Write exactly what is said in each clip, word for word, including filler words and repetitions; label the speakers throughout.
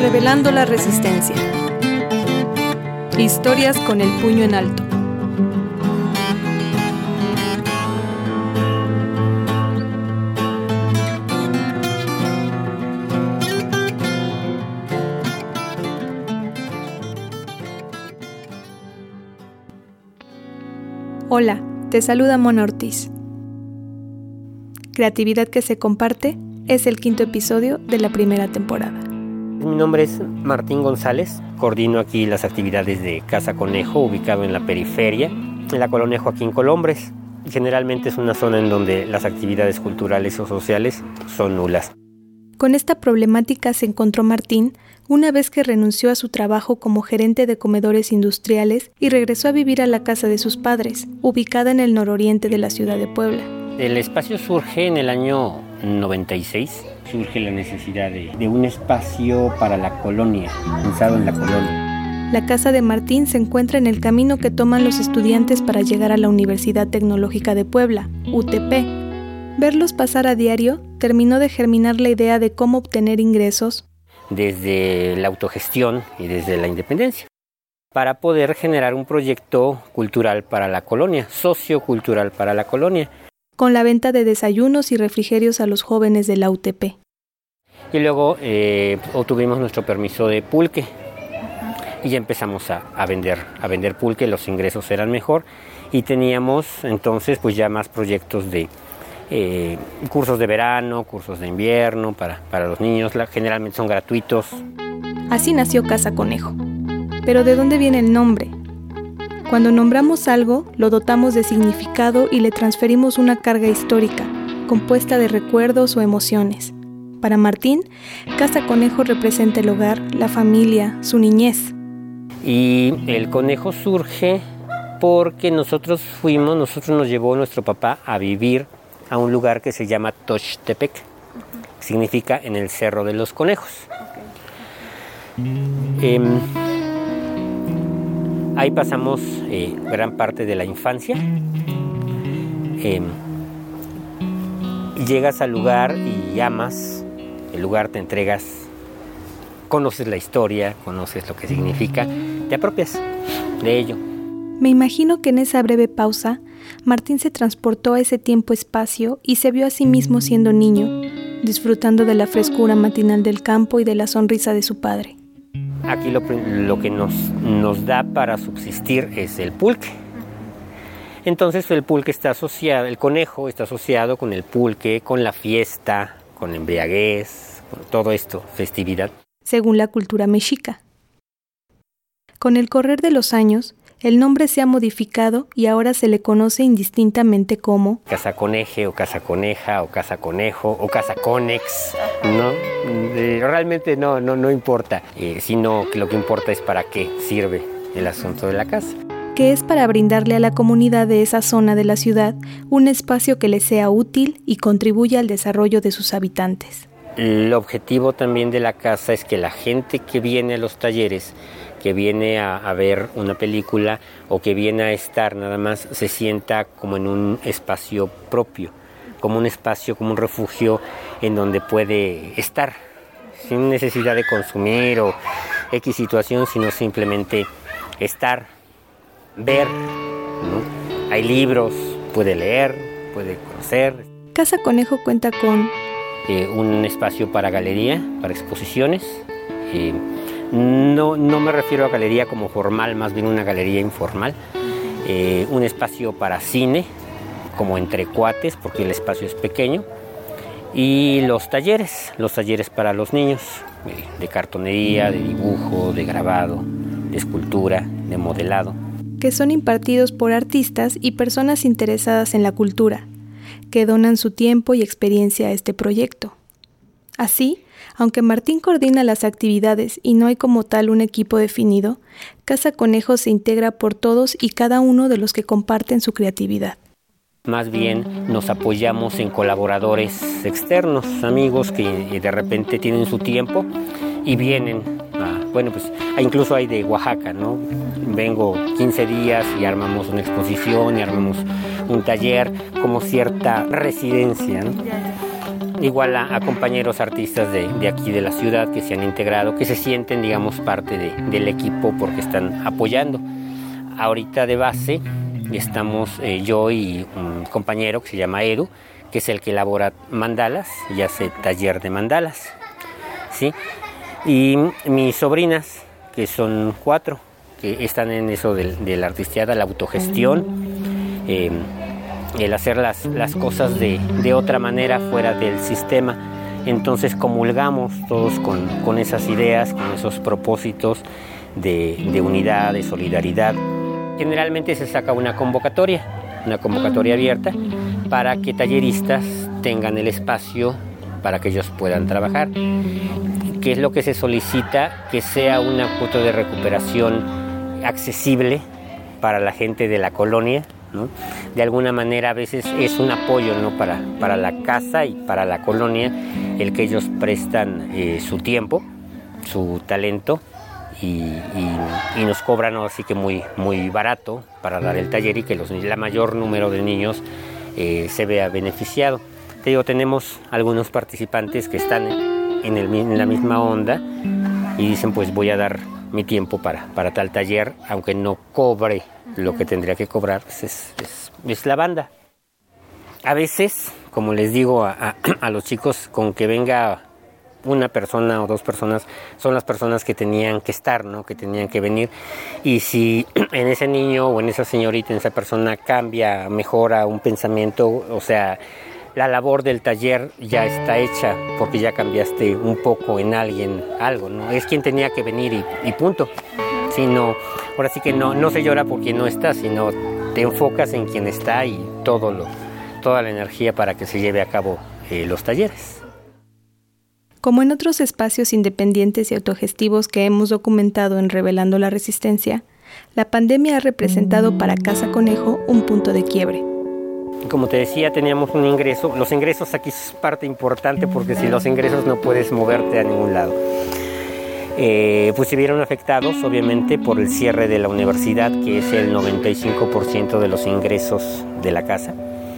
Speaker 1: Revelando la resistencia. Historias con el puño en alto. Hola, te saluda Mona Ortiz. Creatividad que se comparte es el quinto episodio de la primera temporada.
Speaker 2: Mi nombre es Martín González, coordino aquí las actividades de Casa Conejo, ubicado en la periferia, en la colonia Joaquín Colombres. Generalmente es una zona en donde las actividades culturales o sociales son nulas.
Speaker 1: Con esta problemática se encontró Martín una vez que renunció a su trabajo como gerente de comedores industriales y regresó a vivir a la casa de sus padres, ubicada en el nororiente de la ciudad de Puebla.
Speaker 2: El espacio surge en el año noventa y seis. Surge la necesidad de, de un espacio para la colonia, pensado en la colonia.
Speaker 1: La casa de Martín se encuentra en el camino que toman los estudiantes para llegar a la Universidad Tecnológica de Puebla, U T P. Verlos pasar a diario terminó de germinar la idea de cómo obtener ingresos
Speaker 2: desde la autogestión y desde la independencia, para poder generar un proyecto cultural para la colonia, sociocultural para la colonia.
Speaker 1: Con la venta de desayunos y refrigerios a los jóvenes de la U T P.
Speaker 2: Y luego eh, obtuvimos nuestro permiso de pulque y ya empezamos a, a vender a vender pulque, los ingresos eran mejor y teníamos entonces pues ya más proyectos de eh, cursos de verano, cursos de invierno para, para los niños, la, generalmente son gratuitos.
Speaker 1: Así nació Casa Conejo. Pero ¿de dónde viene el nombre? Cuando nombramos algo, lo dotamos de significado y le transferimos una carga histórica, compuesta de recuerdos o emociones. Para Martín, Casa Conejo representa el hogar, la familia, su niñez.
Speaker 2: Y el conejo surge porque nosotros fuimos, nosotros nos llevó nuestro papá a vivir a un lugar que se llama Tochtepec, que significa en el Cerro de los Conejos. Okay. Eh, Ahí pasamos eh, gran parte de la infancia. Eh, llegas al lugar y amas el lugar, te entregas, conoces la historia, conoces lo que significa, te apropias de ello.
Speaker 1: Me imagino que en esa breve pausa, Martín se transportó a ese tiempo-espacio y se vio a sí mismo siendo niño, disfrutando de la frescura matinal del campo y de la sonrisa de su padre.
Speaker 2: Aquí lo, lo que nos, nos da para subsistir es el pulque. Entonces el pulque está asociado, el conejo está asociado con el pulque, con la fiesta, con la embriaguez, con todo esto, festividad.
Speaker 1: Según la cultura mexica. Con el correr de los años, el nombre se ha modificado y ahora se le conoce indistintamente como
Speaker 2: Casa Coneje o Casa Coneja o Casa Conejo o Casa Conex, ¿no? Eh, realmente no, no, no importa, eh, sino que lo que importa es para qué sirve el asunto de la casa.
Speaker 1: Que es para brindarle a la comunidad de esa zona de la ciudad un espacio que le sea útil y contribuya al desarrollo de sus habitantes.
Speaker 2: El objetivo también de la casa es que la gente que viene a los talleres, que viene a, a ver una película o que viene a estar nada más, se sienta como en un espacio propio, como un espacio, como un refugio en donde puede estar, sin necesidad de consumir o X situación, sino simplemente estar, ver, ¿no? Hay libros, puede leer, puede conocer.
Speaker 1: Casa Conejo cuenta con
Speaker 2: eh, un espacio para galería, para exposiciones. Eh, No, no me refiero a galería como formal, más bien una galería informal. Eh, un espacio para cine, como entre cuates, porque el espacio es pequeño. Y los talleres, los talleres para los niños, eh, de cartonería, de dibujo, de grabado, de escultura, de modelado.
Speaker 1: Que son impartidos por artistas y personas interesadas en la cultura, que donan su tiempo y experiencia a este proyecto. Así, aunque Martín coordina las actividades y no hay como tal un equipo definido, Casa Conejo se integra por todos y cada uno de los que comparten su creatividad.
Speaker 2: Más bien nos apoyamos en colaboradores externos, amigos que de repente tienen su tiempo y vienen. A, bueno, pues incluso hay de Oaxaca, ¿no? Vengo quince días y armamos una exposición y armamos un taller, como cierta residencia, ¿no? igual a, a compañeros artistas de, de aquí de la ciudad que se han integrado, que se sienten, digamos, parte de, del equipo porque están apoyando. Ahorita de base estamos eh, yo y un compañero que se llama Edu, que es el que elabora mandalas y hace taller de mandalas, ¿sí? Y mis sobrinas, que son cuatro, que están en eso de, de la artisteada, la autogestión, eh, el hacer las, las cosas de, de otra manera fuera del sistema. Entonces comulgamos todos con, con esas ideas, con esos propósitos de, de unidad, de solidaridad. Generalmente se saca una convocatoria, una convocatoria abierta para que talleristas tengan el espacio para que ellos puedan trabajar. ¿Qué es lo que se solicita? Que sea una cuota de recuperación accesible para la gente de la colonia, ¿no? De alguna manera a veces es un apoyo, ¿no? para, para la casa y para la colonia el que ellos prestan eh, su tiempo, su talento y, y, y nos cobran así que muy, muy barato para dar el taller y que los, la mayor número de niños eh, se vea beneficiado. Te digo, tenemos algunos participantes que están en, el, en la misma onda y dicen pues voy a dar mi tiempo para, para tal taller, aunque no cobre lo que tendría que cobrar, pues es, es, es la banda. A veces, como les digo a, a, a los chicos, con que venga una persona o dos personas, son las personas que tenían que estar, ¿no? Que tenían que venir. Y si en ese niño o en esa señorita, en esa persona cambia, mejora un pensamiento, o sea, la labor del taller ya está hecha porque ya cambiaste un poco en alguien algo, ¿no? Es quien tenía que venir y, y punto. Sino, ahora sí que no, no se llora por quien no está, sino te enfocas en quien está y todo lo, toda la energía para que se lleve a cabo eh, los talleres.
Speaker 1: Como en otros espacios independientes y autogestivos que hemos documentado en Revelando la Resistencia, la pandemia ha representado para Casa Conejo un punto de quiebre.
Speaker 2: Como te decía, teníamos un ingreso. Los ingresos aquí es parte importante porque sin los ingresos no puedes moverte a ningún lado. Eh, pues se vieron afectados, obviamente, por el cierre de la universidad, que es el noventa y cinco por ciento de los ingresos de la casa.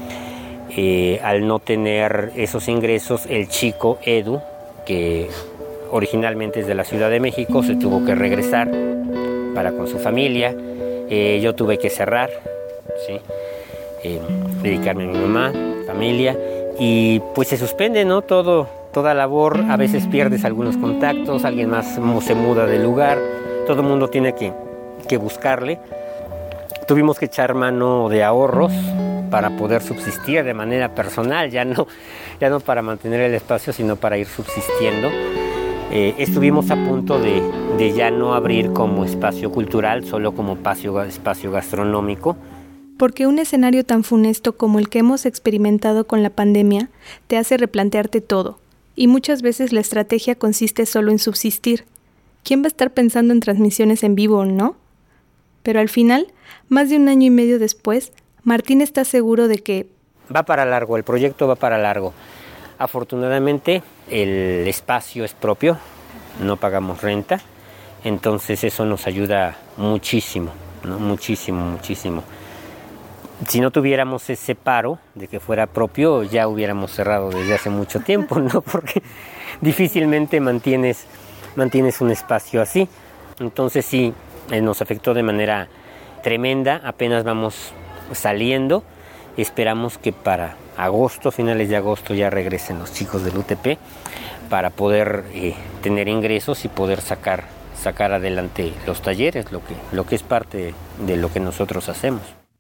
Speaker 2: Eh, al no tener esos ingresos, el chico Edu, que originalmente es de la Ciudad de México, se tuvo que regresar para con su familia. Eh, yo tuve que cerrar, ¿sí? Eh, dedicarme a mi mamá, familia, y pues se suspende, ¿no? Todo, toda labor. A veces pierdes algunos contactos, alguien más se muda de lugar, todo el mundo tiene que, que buscarle. Tuvimos que echar mano de ahorros para poder subsistir de manera personal, ya no, ya no para mantener el espacio, sino para ir subsistiendo. Eh, estuvimos a punto de, de ya no abrir como espacio cultural, solo como espacio, espacio gastronómico.
Speaker 1: Porque un escenario tan funesto como el que hemos experimentado con la pandemia te hace replantearte todo, y muchas veces la estrategia consiste solo en subsistir. ¿Quién va a estar pensando en transmisiones en vivo, no? Pero al final, más de un año y medio después, Martín está seguro de que
Speaker 2: va para largo, el proyecto va para largo. Afortunadamente, el espacio es propio, no pagamos renta, entonces eso nos ayuda muchísimo, ¿no? Muchísimo, muchísimo. Si no tuviéramos ese paro de que fuera propio, ya hubiéramos cerrado desde hace mucho tiempo, ¿no? Porque difícilmente mantienes, mantienes un espacio así. Entonces sí, eh, nos afectó de manera tremenda, apenas vamos saliendo. Esperamos que para agosto, finales de agosto, ya regresen los chicos del U T P para poder eh, tener ingresos y poder sacar, sacar adelante los talleres, lo que, lo que es parte de lo que nosotros hacemos.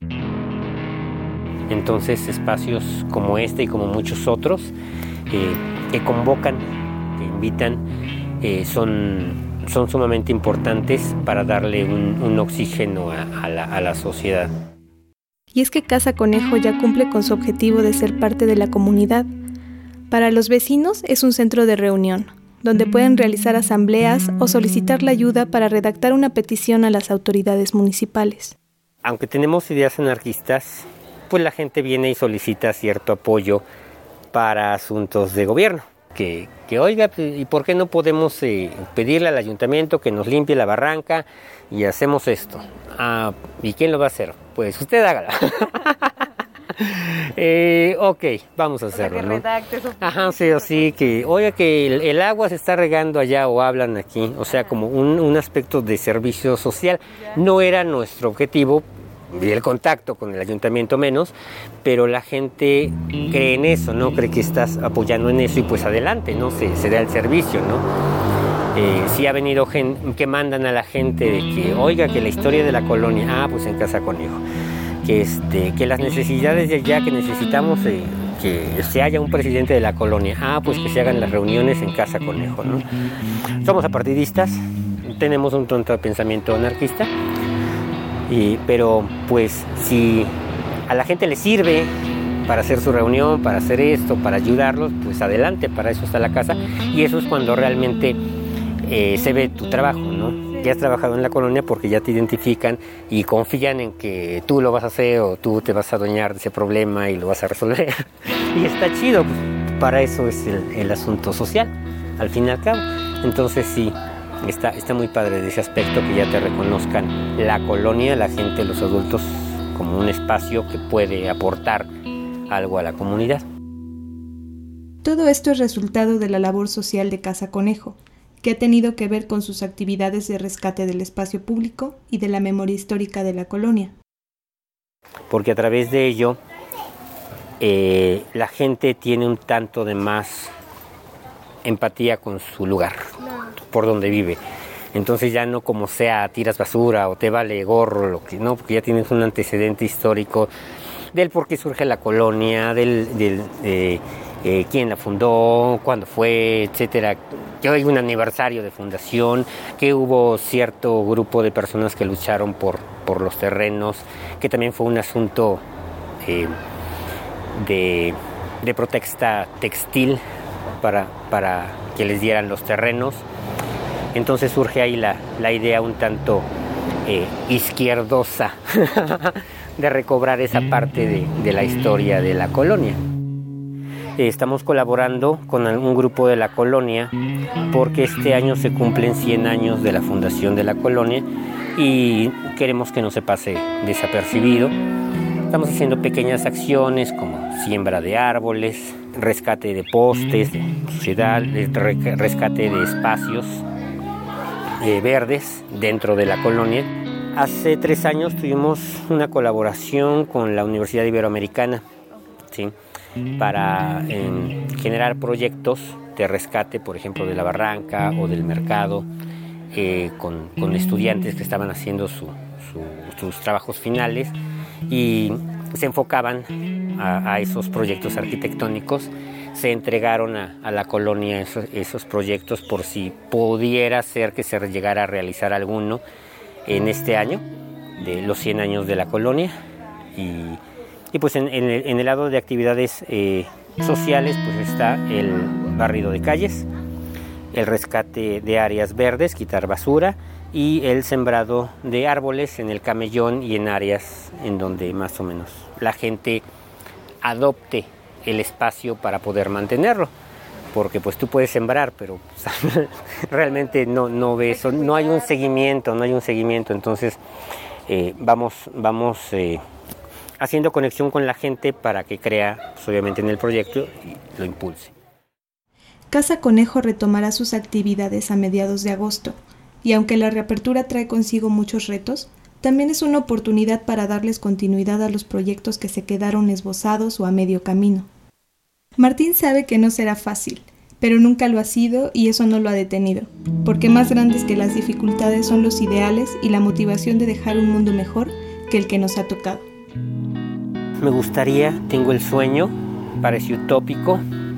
Speaker 2: Entonces, espacios como este y como muchos otros eh, que convocan, que invitan, eh, son, son sumamente importantes para darle un, un oxígeno a, a, la, a la sociedad.
Speaker 1: Y es que Casa Conejo ya cumple con su objetivo de ser parte de la comunidad. Para los vecinos es un centro de reunión, donde pueden realizar asambleas o solicitar la ayuda para redactar una petición a las autoridades municipales.
Speaker 2: Aunque tenemos ideas anarquistas, pues la gente viene y solicita cierto apoyo para asuntos de gobierno. Que, que oiga, ¿y por qué no podemos eh, pedirle al ayuntamiento que nos limpie la barranca y hacemos esto? Ah, ¿y quién lo va a hacer? Pues usted hágala. eh, ok, vamos a hacerlo,
Speaker 3: o sea, que
Speaker 2: ¿no?
Speaker 3: redactes,
Speaker 2: Ajá, sí, o sí, que oiga que el, el agua se está regando allá o hablan aquí, o sea, como un, un aspecto de servicio social.
Speaker 3: Ya.
Speaker 2: No era nuestro objetivo, y el contacto con el ayuntamiento menos, pero la gente cree en eso, ¿no? Cree que estás apoyando en eso y pues adelante, ¿no? Se, se da el servicio, ¿no? Eh, sí ha venido gente que mandan a la gente de que, oiga, que la historia de la colonia, ah, pues en Casa Conejo, que, este, que las necesidades de allá, que necesitamos eh, que se haya un presidente de la colonia, ah, pues que se hagan las reuniones en Casa Conejo, ¿no? Somos apartidistas, tenemos un tonto de pensamiento anarquista, y, pero pues si a la gente le sirve para hacer su reunión, para hacer esto, para ayudarlos, pues adelante, para eso está la casa, y eso es cuando realmente eh, se ve tu trabajo, ¿no? Ya has trabajado en la colonia porque ya te identifican y confían en que tú lo vas a hacer o tú te vas a adueñar de ese problema y lo vas a resolver. Y está chido, pues, para eso es el, el asunto social, al fin y al cabo. Entonces sí, está, está muy padre de ese aspecto, que ya te reconozcan la colonia, la gente, los adultos, como un espacio que puede aportar algo a la comunidad.
Speaker 1: Todo esto es resultado de la labor social de Casa Conejo, que ha tenido que ver con sus actividades de rescate del espacio público y de la memoria histórica de la colonia.
Speaker 2: Porque a través de ello, eh, la gente tiene un tanto de más empatía con su lugar, por donde vive. Entonces ya no como sea tiras basura o te vale gorro, lo que no, porque ya tienes un antecedente histórico del por qué surge la colonia, del, del eh, eh, quién la fundó, cuándo fue, etcétera. Que hay un aniversario de fundación, que hubo cierto grupo de personas que lucharon por, por los terrenos, que también fue un asunto eh, de, de protesta textil para, para que les dieran los terrenos. Entonces surge ahí la, la idea un tanto eh, izquierdosa de recobrar esa parte de, de la historia de la colonia. Estamos colaborando con un grupo de la colonia porque este año se cumplen cien años de la fundación de la colonia y queremos que no se pase desapercibido. Estamos haciendo pequeñas acciones como siembra de árboles, rescate de postes, de suciedad, rescate de espacios eh, verdes dentro de la colonia. Hace tres años tuvimos una colaboración con la Universidad Iberoamericana, ¿sí?, para eh, generar proyectos de rescate, por ejemplo, de la barranca o del mercado, eh, con, con estudiantes que estaban haciendo su, su, sus trabajos finales y se enfocaban a, a esos proyectos arquitectónicos. Se entregaron a, a la colonia esos, esos proyectos por si pudiera ser que se llegara a realizar alguno en este año de los cien años de la colonia. Y Y pues en, en, el, en el lado de actividades eh, sociales pues está el barrido de calles, el rescate de áreas verdes, quitar basura y el sembrado de árboles en el camellón y en áreas en donde más o menos la gente adopte el espacio para poder mantenerlo. Porque pues tú puedes sembrar, pero realmente no, no ves, no hay un seguimiento, no hay un seguimiento. Entonces eh, vamos, vamos eh, haciendo conexión con la gente para que crea, pues, obviamente, en el proyecto y lo impulse.
Speaker 1: Casa Conejo retomará sus actividades a mediados de agosto, y aunque la reapertura trae consigo muchos retos, también es una oportunidad para darles continuidad a los proyectos que se quedaron esbozados o a medio camino. Martín sabe que no será fácil, pero nunca lo ha sido y eso no lo ha detenido, porque más grandes que las dificultades son los ideales y la motivación de dejar un mundo mejor que el que nos ha tocado.
Speaker 2: Me gustaría, tengo el sueño, parece utópico,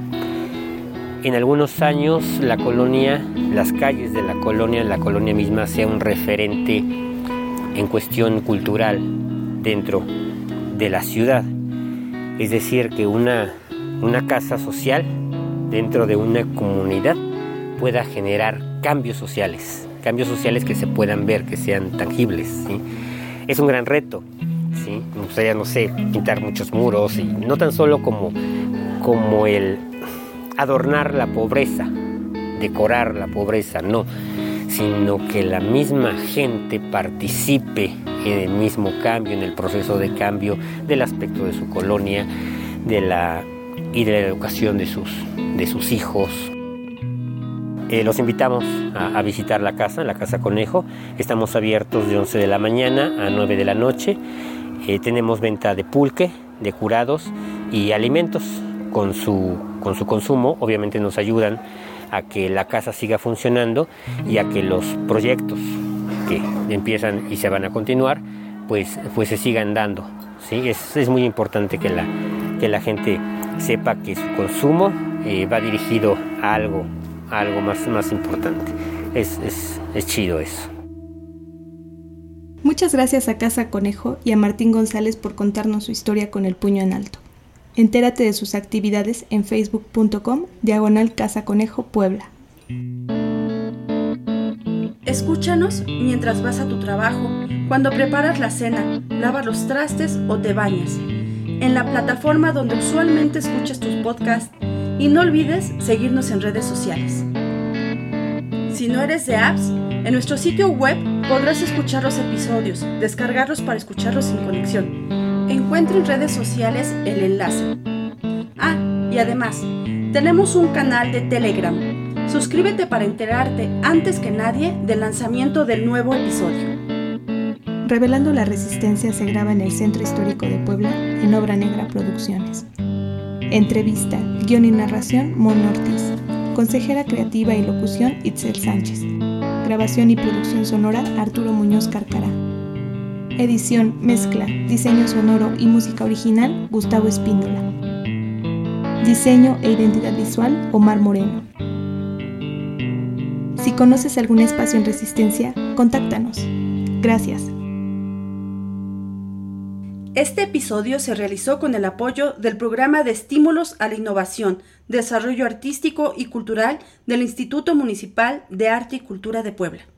Speaker 2: en algunos años la colonia, las calles de la colonia, la colonia misma sea un referente en cuestión cultural dentro de la ciudad. Es decir, que una, una casa social dentro de una comunidad pueda generar cambios sociales, cambios sociales que se puedan ver, que sean tangibles, ¿sí? Es un gran reto. ¿Sí? Me gustaría, no sé, pintar muchos muros y no tan solo como, como el adornar la pobreza, decorar la pobreza, no, sino que la misma gente participe en el mismo cambio, en el proceso de cambio del aspecto de su colonia, de la, y de la educación de sus, de sus hijos. Eh, los invitamos a, a visitar la casa, la Casa Conejo. Estamos abiertos de once de la mañana a nueve de la noche. Eh, tenemos venta de pulque, de curados y alimentos. Con su, con su consumo, obviamente nos ayudan a que la casa siga funcionando y a que los proyectos que empiezan y se van a continuar, pues, pues se sigan dando, ¿sí? Es, es muy importante que la, que la gente sepa que su consumo eh, va dirigido a algo, a algo más, más importante. Es, es, es chido eso.
Speaker 1: Muchas gracias a Casa Conejo y a Martín González por contarnos su historia con el puño en alto. Entérate de sus actividades en facebook punto com diagonal Casa Conejo Puebla.
Speaker 3: Escúchanos mientras vas a tu trabajo, cuando preparas la cena, lavas los trastes o te bañas, en la plataforma donde usualmente escuchas tus podcasts, y no olvides seguirnos en redes sociales. Si no eres de apps, en nuestro sitio web podrás escuchar los episodios, descargarlos para escucharlos sin conexión. Encuentra en redes sociales el enlace. Ah, y además, tenemos un canal de Telegram. Suscríbete para enterarte antes que nadie del lanzamiento del nuevo episodio.
Speaker 1: Revelando la Resistencia se graba en el Centro Histórico de Puebla, en Obra Negra Producciones. Entrevista, guión y narración, Mono Ortiz. Consejera creativa y locución, Itzel Sánchez. Grabación y producción sonora, Arturo Muñoz Carcará. Edición, mezcla, diseño sonoro y música original, Gustavo Espíndola. Diseño e identidad visual, Omar Moreno. Si conoces algún espacio en Resistencia, contáctanos. Gracias.
Speaker 3: Este episodio se realizó con el apoyo del Programa de Estímulos a la Innovación, Desarrollo Artístico y Cultural del Instituto Municipal de Arte y Cultura de Puebla.